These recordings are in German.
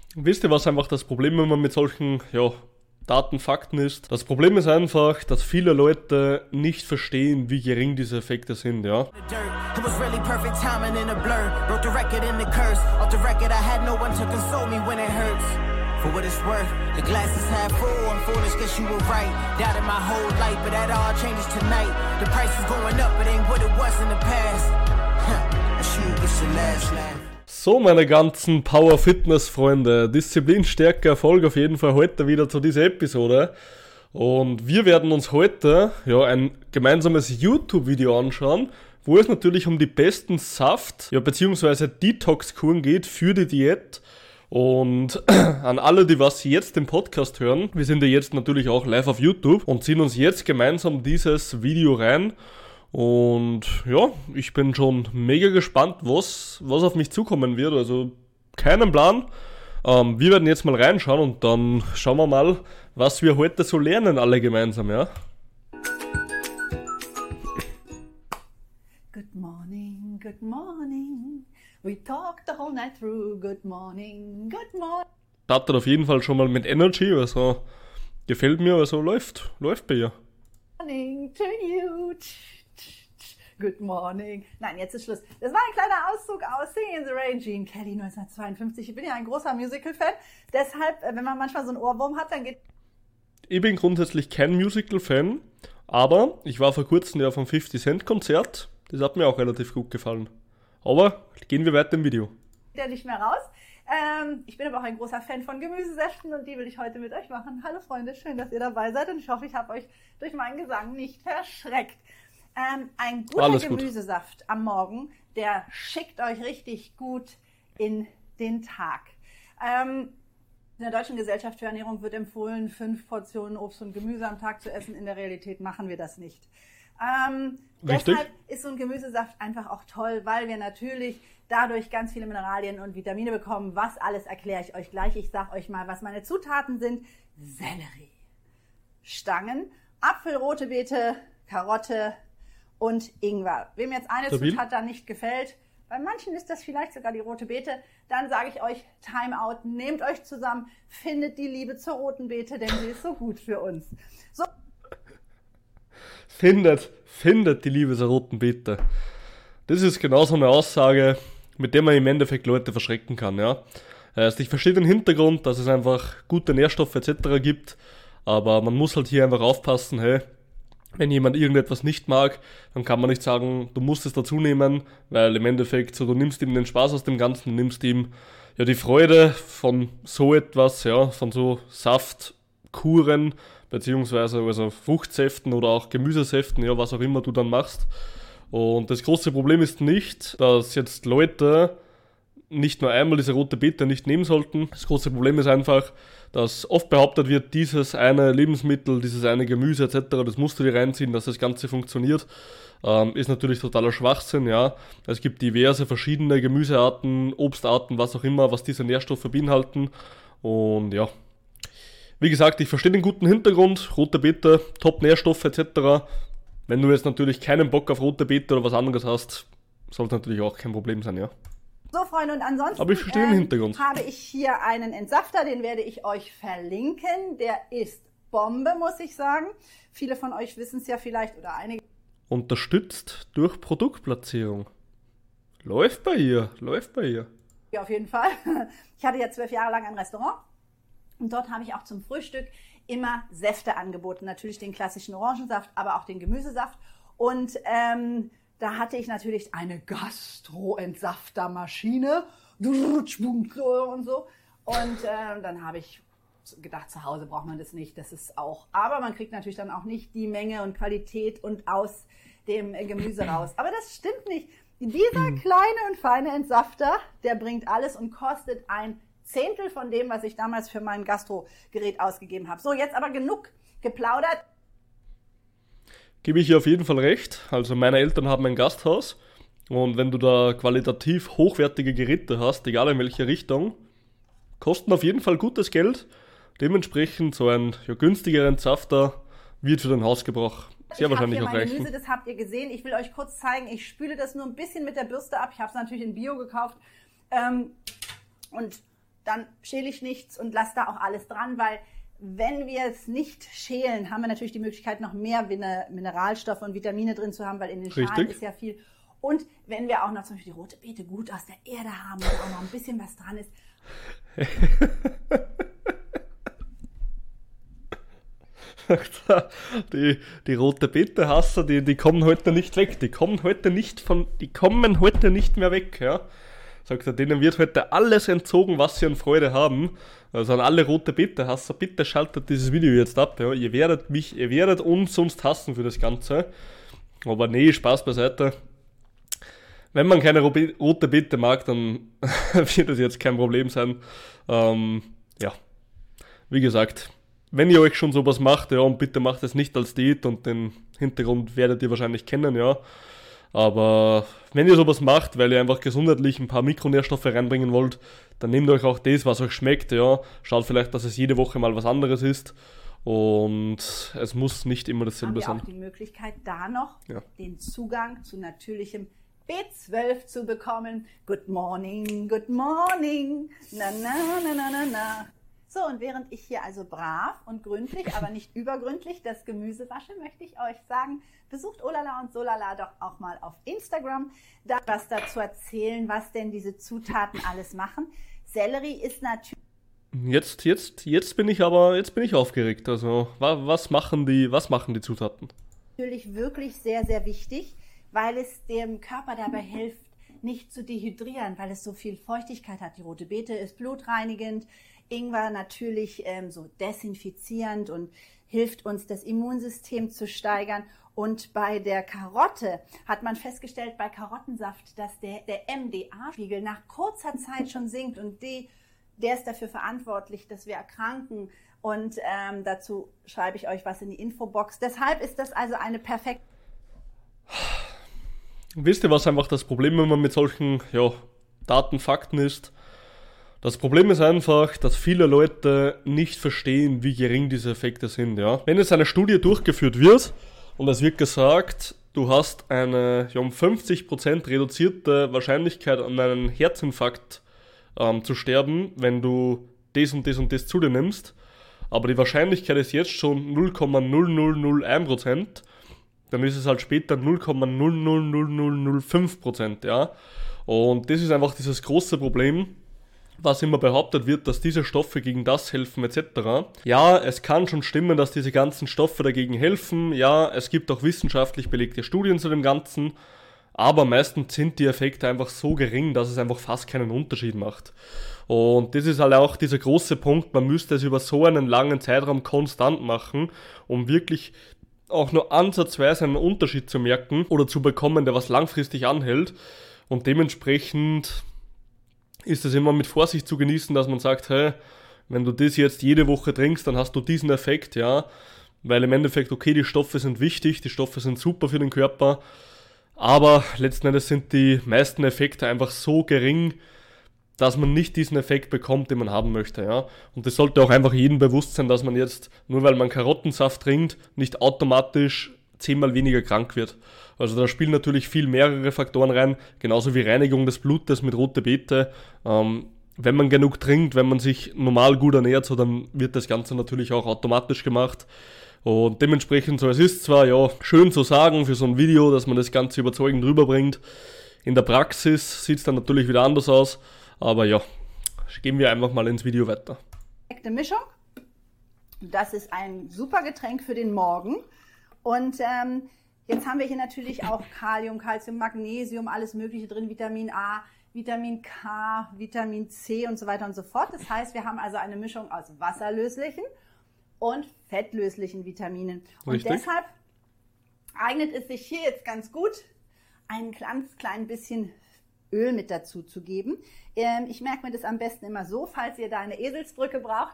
Wisst ihr, was einfach das Problem, wenn man mit solchen, Daten, Fakten ist? Das Problem ist einfach, dass viele Leute nicht verstehen, wie gering diese Effekte sind, ja. It was really perfect timing in a blur. Broke the record in the curse. Off the record, I had no one to console me when it hurts. For what it's worth, the glass is half full. I'm foolish, guess you were right. Doubted my whole life, but that all changes tonight. The price is going up, it ain't what it was in the past. I shoot you your last laugh. So, meine ganzen Power-Fitness-Freunde, Disziplin, Stärke, Erfolg auf jeden Fall heute wieder zu dieser Episode. Und wir werden uns heute ein gemeinsames YouTube-Video anschauen, wo es natürlich um die besten Saft- bzw. Detox-Kuren geht für die Diät. Und an alle, die was jetzt den Podcast hören, wir sind ja jetzt natürlich auch live auf YouTube und ziehen uns jetzt gemeinsam dieses Video rein. Und ich bin schon mega gespannt, was auf mich zukommen wird. Also keinen Plan. Wir werden jetzt mal reinschauen und dann schauen wir mal, was wir heute so lernen, alle gemeinsam, ja. Good morning, good morning. We talked the whole night through. Good morning, good morning. Startet auf jeden Fall schon mal mit Energy, also gefällt mir, also läuft bei ihr. Morning to you. Good morning. Nein, jetzt ist Schluss. Das war ein kleiner Auszug aus Singing in the Rain, Gene Kelly 1952. Ich bin ja ein großer Musical-Fan. Deshalb, wenn man manchmal so einen Ohrwurm hat, dann geht... Ich bin grundsätzlich kein Musical-Fan, aber ich war vor kurzem ja vom 50-Cent-Konzert. Das hat mir auch relativ gut gefallen. Aber gehen wir weiter im Video. Der nicht mehr raus. Ich bin aber auch ein großer Fan von Gemüsesäften und die will ich heute mit euch machen. Hallo Freunde, schön, dass ihr dabei seid und ich hoffe, ich habe euch durch meinen Gesang nicht verschreckt. Ein guter Gemüsesaft am Morgen, der schickt euch richtig gut in den Tag. In der Deutschen Gesellschaft für Ernährung wird empfohlen, 5 Portionen Obst und Gemüse am Tag zu essen. In der Realität machen wir das nicht. Deshalb ist so ein Gemüsesaft einfach auch toll, weil wir natürlich dadurch ganz viele Mineralien und Vitamine bekommen. Was alles erkläre ich euch gleich. Ich sage euch mal, was meine Zutaten sind. Sellerie, Stangen, Apfel, rote Beete, Karotte und Ingwer. Wem jetzt eine Zutat da nicht gefällt, bei manchen ist das vielleicht sogar die rote Beete, dann sage ich euch, Timeout, nehmt euch zusammen, findet die Liebe zur roten Beete, denn sie ist so gut für uns. So. Findet die Liebe zur roten Beete. Das ist genau so eine Aussage, mit der man im Endeffekt Leute verschrecken kann, ja. Also ich verstehe den Hintergrund, dass es einfach gute Nährstoffe etc. gibt, aber man muss halt hier einfach aufpassen, hey, wenn jemand irgendetwas nicht mag, dann kann man nicht sagen, du musst es dazu nehmen, weil im Endeffekt so, du nimmst ihm den Spaß aus dem Ganzen, du nimmst ihm die Freude von so etwas, von so Saftkuren, beziehungsweise also Fruchtsäften oder auch Gemüsesäften, was auch immer du dann machst. Und das große Problem ist nicht, dass jetzt Leute nicht nur einmal diese rote Beete nicht nehmen sollten. Das große Problem ist einfach, dass oft behauptet wird, dieses eine Lebensmittel, dieses eine Gemüse etc., das musst du dir reinziehen, dass das Ganze funktioniert. Ist natürlich totaler Schwachsinn, ja. Es gibt diverse verschiedene Gemüsearten, Obstarten, was auch immer, was diese Nährstoffe beinhalten. Und wie gesagt, ich verstehe den guten Hintergrund, rote Beete, Top-Nährstoffe etc. Wenn du jetzt natürlich keinen Bock auf rote Beete oder was anderes hast, sollte natürlich auch kein Problem sein, ja. So, Freunde, und ansonsten aber ich verstehe den Hintergrund. Habe ich hier einen Entsafter, den werde ich euch verlinken. Der ist Bombe, muss ich sagen. Viele von euch wissen es ja vielleicht oder einige. Unterstützt durch Produktplatzierung. Läuft bei ihr. Ja, auf jeden Fall. Ich hatte ja 12 Jahre lang ein Restaurant und dort habe ich auch zum Frühstück immer Säfte angeboten. Natürlich den klassischen Orangensaft, aber auch den Gemüsesaft. Und da hatte ich natürlich eine Gastro-Entsaftermaschine und so. Und dann habe ich gedacht, zu Hause braucht man das nicht. Das ist auch, aber man kriegt natürlich dann auch nicht die Menge und Qualität und aus dem Gemüse raus. Aber das stimmt nicht. Dieser kleine und feine Entsafter, der bringt alles und kostet ein Zehntel von dem, was ich damals für mein Gastro-Gerät ausgegeben habe. So, jetzt aber genug geplaudert. Gebe ich hier auf jeden Fall recht. Also meine Eltern haben ein Gasthaus und wenn du da qualitativ hochwertige Geräte hast, egal in welche Richtung, kosten auf jeden Fall gutes Geld. Dementsprechend so ein günstigerer Entsafter wird für den Hausgebrauch sehr wahrscheinlich auch reichen. Gemüse, das habt ihr gesehen. Ich will euch kurz zeigen, ich spüle das nur ein bisschen mit der Bürste ab. Ich habe es natürlich in Bio gekauft. Und dann schäle ich nichts und lasse da auch alles dran, weil wenn wir es nicht schälen, haben wir natürlich die Möglichkeit, noch mehr Mineralstoffe und Vitamine drin zu haben, weil in den Schalen ist ja viel. Und wenn wir auch noch zum Beispiel die rote Beete gut aus der Erde haben und auch noch ein bisschen was dran ist. Die rote Beete-Hasser, die kommen heute nicht weg. Die kommen heute nicht mehr weg, ja. Sagt er, denen wird heute alles entzogen, was sie an Freude haben. Also an alle rote Beete-Hasser, bitte schaltet dieses Video jetzt ab. Ja. Ihr werdet uns sonst hassen für das Ganze. Aber nee, Spaß beiseite. Wenn man keine rote Beete mag, dann wird das jetzt kein Problem sein. Ja, wie gesagt, wenn ihr euch schon sowas macht, ja, und bitte macht es nicht als Diät, und den Hintergrund werdet ihr wahrscheinlich kennen, ja. Aber wenn ihr sowas macht, weil ihr einfach gesundheitlich ein paar Mikronährstoffe reinbringen wollt, dann nehmt euch auch das, was euch schmeckt, ja. Schaut vielleicht, dass es jede Woche mal was anderes ist. Und es muss nicht immer dasselbe sein. Haben wir auch die Möglichkeit, da noch den Zugang zu natürlichem B12 zu bekommen. Good morning, na na na na na na. So, und während ich hier also brav und gründlich, aber nicht übergründlich das Gemüse wasche, möchte ich euch sagen, besucht Olala und Solala doch auch mal auf Instagram, da was dazu erzählen, was denn diese Zutaten alles machen. Sellerie ist natürlich... Jetzt bin ich aufgeregt. Also, was machen die Zutaten? Natürlich wirklich sehr, sehr wichtig, weil es dem Körper dabei hilft, nicht zu dehydrieren, weil es so viel Feuchtigkeit hat. Die rote Beete ist blutreinigend, Ingwer natürlich so desinfizierend und hilft uns, das Immunsystem zu steigern. Und bei der Karotte hat man festgestellt, bei Karottensaft, dass der MDA-Spiegel nach kurzer Zeit schon sinkt. Und der ist dafür verantwortlich, dass wir erkranken. Und dazu schreibe ich euch was in die Infobox. Deshalb ist das also eine perfekte... Wisst ihr, was einfach das Problem, wenn man mit solchen Daten, Fakten ist? Das Problem ist einfach, dass viele Leute nicht verstehen, wie gering diese Effekte sind. Ja? Wenn jetzt eine Studie durchgeführt wird und es wird gesagt, du hast eine um 50% reduzierte Wahrscheinlichkeit an einem Herzinfarkt zu sterben, wenn du das und das und das zu dir nimmst, aber die Wahrscheinlichkeit ist jetzt schon 0,0001%, dann ist es halt später 0,000005%, ja. Und das ist einfach dieses große Problem, was immer behauptet wird, dass diese Stoffe gegen das helfen etc. Ja, es kann schon stimmen, dass diese ganzen Stoffe dagegen helfen. Ja, es gibt auch wissenschaftlich belegte Studien zu dem Ganzen. Aber meistens sind die Effekte einfach so gering, dass es einfach fast keinen Unterschied macht. Und das ist halt auch dieser große Punkt, man müsste es über so einen langen Zeitraum konstant machen, um wirklich auch nur ansatzweise einen Unterschied zu merken oder zu bekommen, der was langfristig anhält. Und dementsprechend ist es immer mit Vorsicht zu genießen, dass man sagt, hey, wenn du das jetzt jede Woche trinkst, dann hast du diesen Effekt, ja. Weil im Endeffekt, okay, die Stoffe sind wichtig, die Stoffe sind super für den Körper, aber letzten Endes sind die meisten Effekte einfach so gering, dass man nicht diesen Effekt bekommt, den man haben möchte, ja. Und das sollte auch einfach jedem bewusst sein, dass man jetzt, nur weil man Karottensaft trinkt, nicht automatisch 10-mal weniger krank wird. Also da spielen natürlich viel mehrere Faktoren rein, genauso wie Reinigung des Blutes mit rote Beete. Wenn man genug trinkt, wenn man sich normal gut ernährt, so dann wird das Ganze natürlich auch automatisch gemacht. Und dementsprechend, so es ist zwar schön zu sagen für so ein Video, dass man das Ganze überzeugend rüberbringt. In der Praxis sieht es dann natürlich wieder anders aus. Aber gehen wir einfach mal ins Video weiter. Perfekte Mischung. Das ist ein super Getränk für den Morgen. Und jetzt haben wir hier natürlich auch Kalium, Calcium, Magnesium, alles Mögliche drin, Vitamin A, Vitamin K, Vitamin C und so weiter und so fort. Das heißt, wir haben also eine Mischung aus wasserlöslichen und fettlöslichen Vitaminen. Und Richtig. Deshalb eignet es sich hier jetzt ganz gut, ein ganz klein bisschen Öl mit dazu zu geben. Ich merke mir das am besten immer so, falls ihr da eine Eselsbrücke braucht.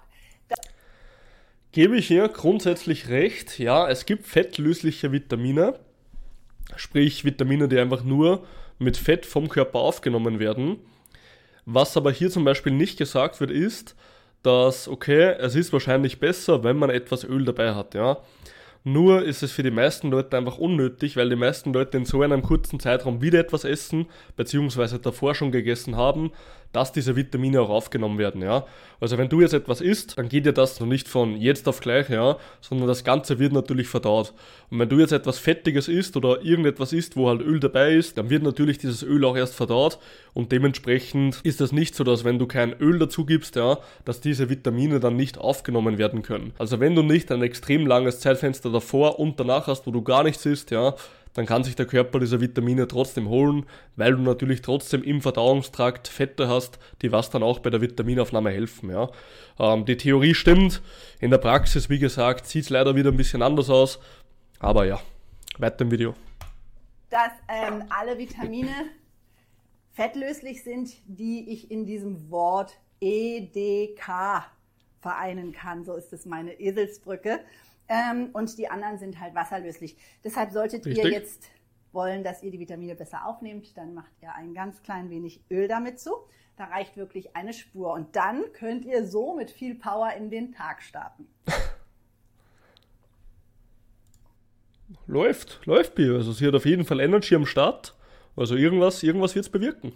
Gebe ich hier grundsätzlich recht. Ja, es gibt fettlösliche Vitamine, sprich Vitamine, die einfach nur mit Fett vom Körper aufgenommen werden. Was aber hier zum Beispiel nicht gesagt wird, ist, dass, okay, es ist wahrscheinlich besser, wenn man etwas Öl dabei hat, ja. Nur ist es für die meisten Leute einfach unnötig, weil die meisten Leute in so einem kurzen Zeitraum wieder etwas essen, beziehungsweise davor schon gegessen haben, dass diese Vitamine auch aufgenommen werden, ja. Also wenn du jetzt etwas isst, dann geht ja das noch nicht von jetzt auf gleich, ja, sondern das Ganze wird natürlich verdaut. Und wenn du jetzt etwas Fettiges isst oder irgendetwas isst, wo halt Öl dabei ist, dann wird natürlich dieses Öl auch erst verdaut und dementsprechend ist das nicht so, dass wenn du kein Öl dazu gibst, ja, dass diese Vitamine dann nicht aufgenommen werden können. Also wenn du nicht ein extrem langes Zeitfenster davor und danach hast, wo du gar nichts isst, ja, dann kann sich der Körper diese Vitamine trotzdem holen, weil du natürlich trotzdem im Verdauungstrakt Fette hast, die was dann auch bei der Vitaminaufnahme helfen. Ja. Die Theorie stimmt, in der Praxis, wie gesagt, sieht es leider wieder ein bisschen anders aus, aber ja, weiter im Video. Dass alle Vitamine fettlöslich sind, die ich in diesem Wort EDK vereinen kann, so ist es meine Eselsbrücke. Und die anderen sind halt wasserlöslich. Deshalb solltet ihr jetzt wollen, dass ihr die Vitamine besser aufnehmt, dann macht ihr ein ganz klein wenig Öl damit zu. Da reicht wirklich eine Spur. Und dann könnt ihr so mit viel Power in den Tag starten. Läuft, Bier. Also sie hat auf jeden Fall Energy am Start. Also irgendwas wird es bewirken.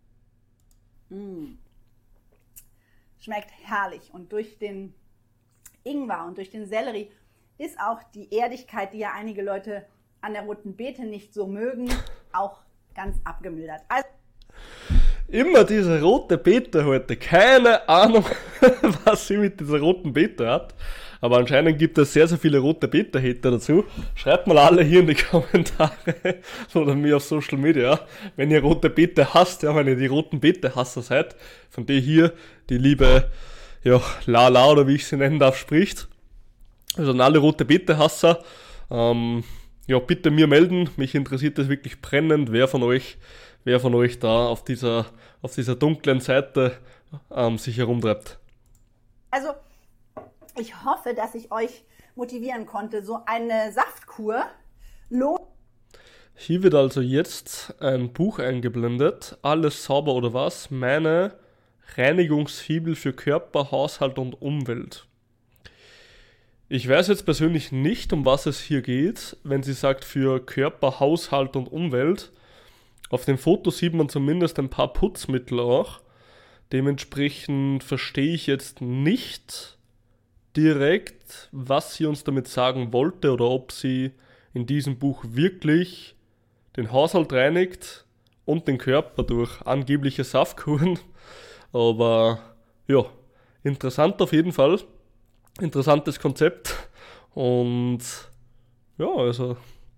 Schmeckt herrlich. Und durch den Ingwer und durch den Sellerie ist auch die Erdigkeit, die ja einige Leute an der roten Beete nicht so mögen, auch ganz abgemildert. Also immer diese rote Beete heute. Keine Ahnung, was sie mit dieser roten Beete hat. Aber anscheinend gibt es sehr, sehr viele rote Beete-Hater dazu. Schreibt mal alle hier in die Kommentare oder mir auf Social Media, wenn ihr rote Beete hasst, ja, wenn ihr die roten Beete-Hasser seid, von der hier die liebe Lala oder wie ich sie nennen darf, spricht. Also an alle rote Beete-Hasser, bitte mir melden. Mich interessiert das wirklich brennend, wer von euch da auf dieser dunklen Seite sich herumtreibt. Also, ich hoffe, dass ich euch motivieren konnte. So eine Saftkur lohnt. Hier wird also jetzt ein Buch eingeblendet. Alles sauber oder was? Meine Reinigungsfibel für Körper, Haushalt und Umwelt. Ich weiß jetzt persönlich nicht, um was es hier geht, wenn sie sagt für Körper, Haushalt und Umwelt. Auf dem Foto sieht man zumindest ein paar Putzmittel auch. Dementsprechend verstehe ich jetzt nicht direkt, was sie uns damit sagen wollte oder ob sie in diesem Buch wirklich den Haushalt reinigt und den Körper durch angebliche Saftkuren. Aber ja, interessant auf jeden Fall. Interessantes Konzept. Und ja, also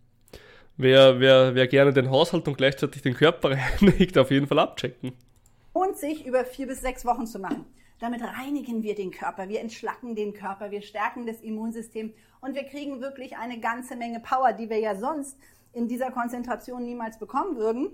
wer gerne den Haushalt und gleichzeitig den Körper reinigt, auf jeden Fall abchecken. Und sich über 4 bis 6 Wochen zu machen. Damit reinigen wir den Körper, wir entschlacken den Körper, wir stärken das Immunsystem und wir kriegen wirklich eine ganze Menge Power, die wir ja sonst in dieser Konzentration niemals bekommen würden.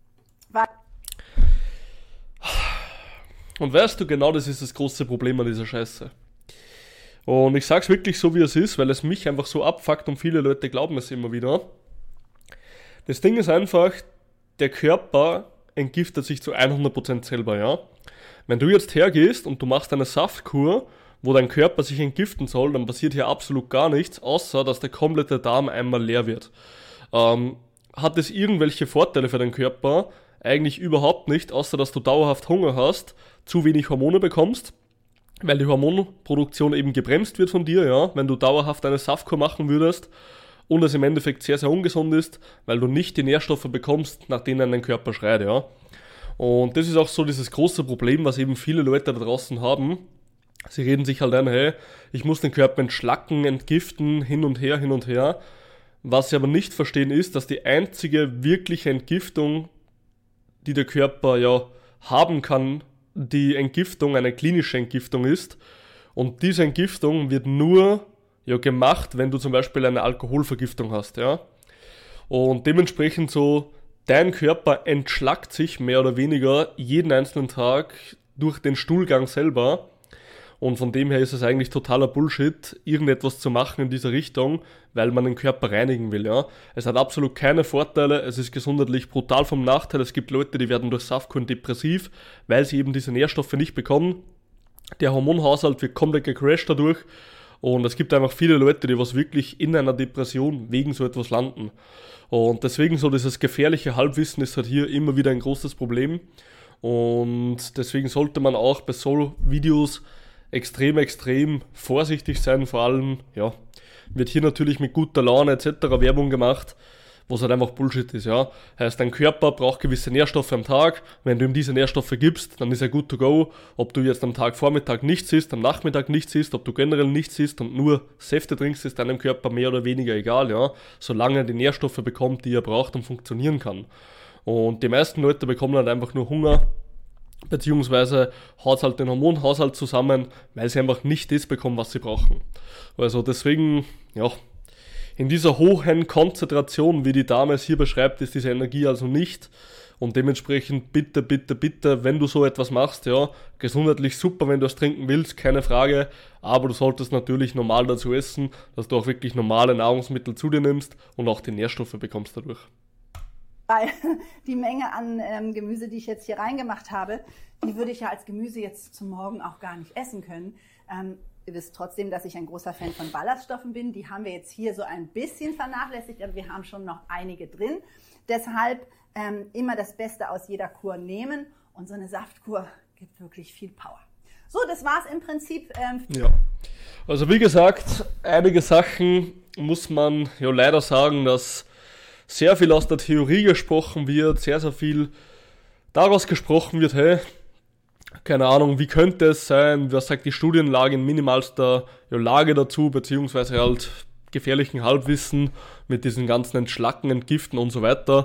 Und weißt du, genau das ist das große Problem an dieser Scheiße. Und ich sag's wirklich so, wie es ist, weil es mich einfach so abfuckt und viele Leute glauben es immer wieder. Das Ding ist einfach, der Körper entgiftet sich zu 100% selber, ja. Wenn du jetzt hergehst und du machst eine Saftkur, wo dein Körper sich entgiften soll, dann passiert hier absolut gar nichts, außer dass der komplette Darm einmal leer wird. Hat es irgendwelche Vorteile für deinen Körper? Eigentlich überhaupt nicht, außer dass du dauerhaft Hunger hast, zu wenig Hormone bekommst, weil die Hormonproduktion eben gebremst wird von dir, ja, wenn du dauerhaft eine Saftkur machen würdest und es im Endeffekt sehr, sehr ungesund ist, weil du nicht die Nährstoffe bekommst, nach denen dein Körper schreit, ja. Und das ist auch so dieses große Problem, was eben viele Leute da draußen haben. Sie reden sich halt ein, hey, ich muss den Körper entschlacken, entgiften, hin und her. Was sie aber nicht verstehen ist, dass die einzige wirkliche Entgiftung, die der Körper ja haben kann, die Entgiftung eine klinische Entgiftung ist. Und diese Entgiftung wird nur gemacht, wenn du zum Beispiel eine Alkoholvergiftung hast, ja. Und dementsprechend so, dein Körper entschlackt sich mehr oder weniger jeden einzelnen Tag durch den Stuhlgang selber. Und von dem her ist es eigentlich totaler Bullshit, irgendetwas zu machen in dieser Richtung, weil man den Körper reinigen will, ja. Es hat absolut keine Vorteile, es ist gesundheitlich brutal vom Nachteil. Es gibt Leute, die werden durch Saftkuren depressiv, weil sie eben diese Nährstoffe nicht bekommen. Der Hormonhaushalt wird komplett gecrashed dadurch. Und es gibt einfach viele Leute, die was wirklich in einer Depression wegen so etwas landen. Und deswegen so dieses gefährliche Halbwissen ist halt hier immer wieder ein großes Problem. Und deswegen sollte man auch bei so Videos extrem vorsichtig sein. Vor allem, ja, wird hier natürlich mit guter Laune etc. Werbung gemacht, was halt einfach Bullshit ist, ja. Heißt, dein Körper braucht gewisse Nährstoffe am Tag. Wenn du ihm diese Nährstoffe gibst, dann ist er good to go. Ob du jetzt am Tag Vormittag nichts isst, am Nachmittag nichts isst, ob du generell nichts isst und nur Säfte trinkst, ist deinem Körper mehr oder weniger egal, ja. Solange er die Nährstoffe bekommt, die er braucht und funktionieren kann. Und die meisten Leute bekommen halt einfach nur Hunger, beziehungsweise haut halt den Hormonhaushalt zusammen, weil sie einfach nicht das bekommen, was sie brauchen. Also deswegen, ja, in dieser hohen Konzentration, wie die Dame es hier beschreibt, ist diese Energie also nicht. Und dementsprechend bitte, wenn du so etwas machst, ja, gesundheitlich super, wenn du es trinken willst, keine Frage, aber du solltest natürlich normal dazu essen, dass du auch wirklich normale Nahrungsmittel zu dir nimmst und auch die Nährstoffe bekommst dadurch. Weil die Menge an Gemüse, die ich jetzt hier reingemacht habe, die würde ich ja als Gemüse jetzt zum Morgen auch gar nicht essen können. Ihr wisst trotzdem, dass ich ein großer Fan von Ballaststoffen bin. Die haben wir jetzt hier so ein bisschen vernachlässigt, aber wir haben schon noch einige drin. Deshalb immer das Beste aus jeder Kur nehmen und so eine Saftkur gibt wirklich viel Power. So, das war's im Prinzip. Ja, also wie gesagt, einige Sachen muss man ja leider sagen, dass sehr viel aus der Theorie gesprochen wird, sehr viel daraus gesprochen wird, hey, keine Ahnung, wie könnte es sein, was sagt die Studienlage in minimalster Lage dazu, beziehungsweise halt gefährlichen Halbwissen mit diesen ganzen Entschlacken, Entgiften und so weiter.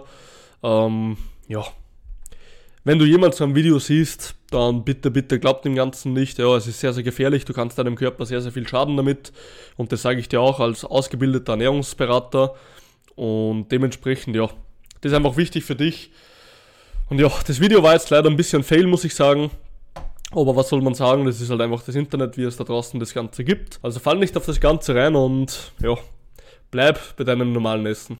Ja, wenn du jemals so ein Video siehst, dann bitte glaubt dem Ganzen nicht. Ja, es ist sehr gefährlich, du kannst deinem Körper sehr viel Schaden damit und das sage ich dir auch als ausgebildeter Ernährungsberater. Und dementsprechend, ja, das ist einfach wichtig für dich. Und ja, das Video war jetzt leider ein bisschen fail, muss ich sagen. Aber was soll man sagen, das ist halt einfach das Internet, wie es da draußen das Ganze gibt. Also fall nicht auf das Ganze rein und ja, bleib bei deinem normalen Essen.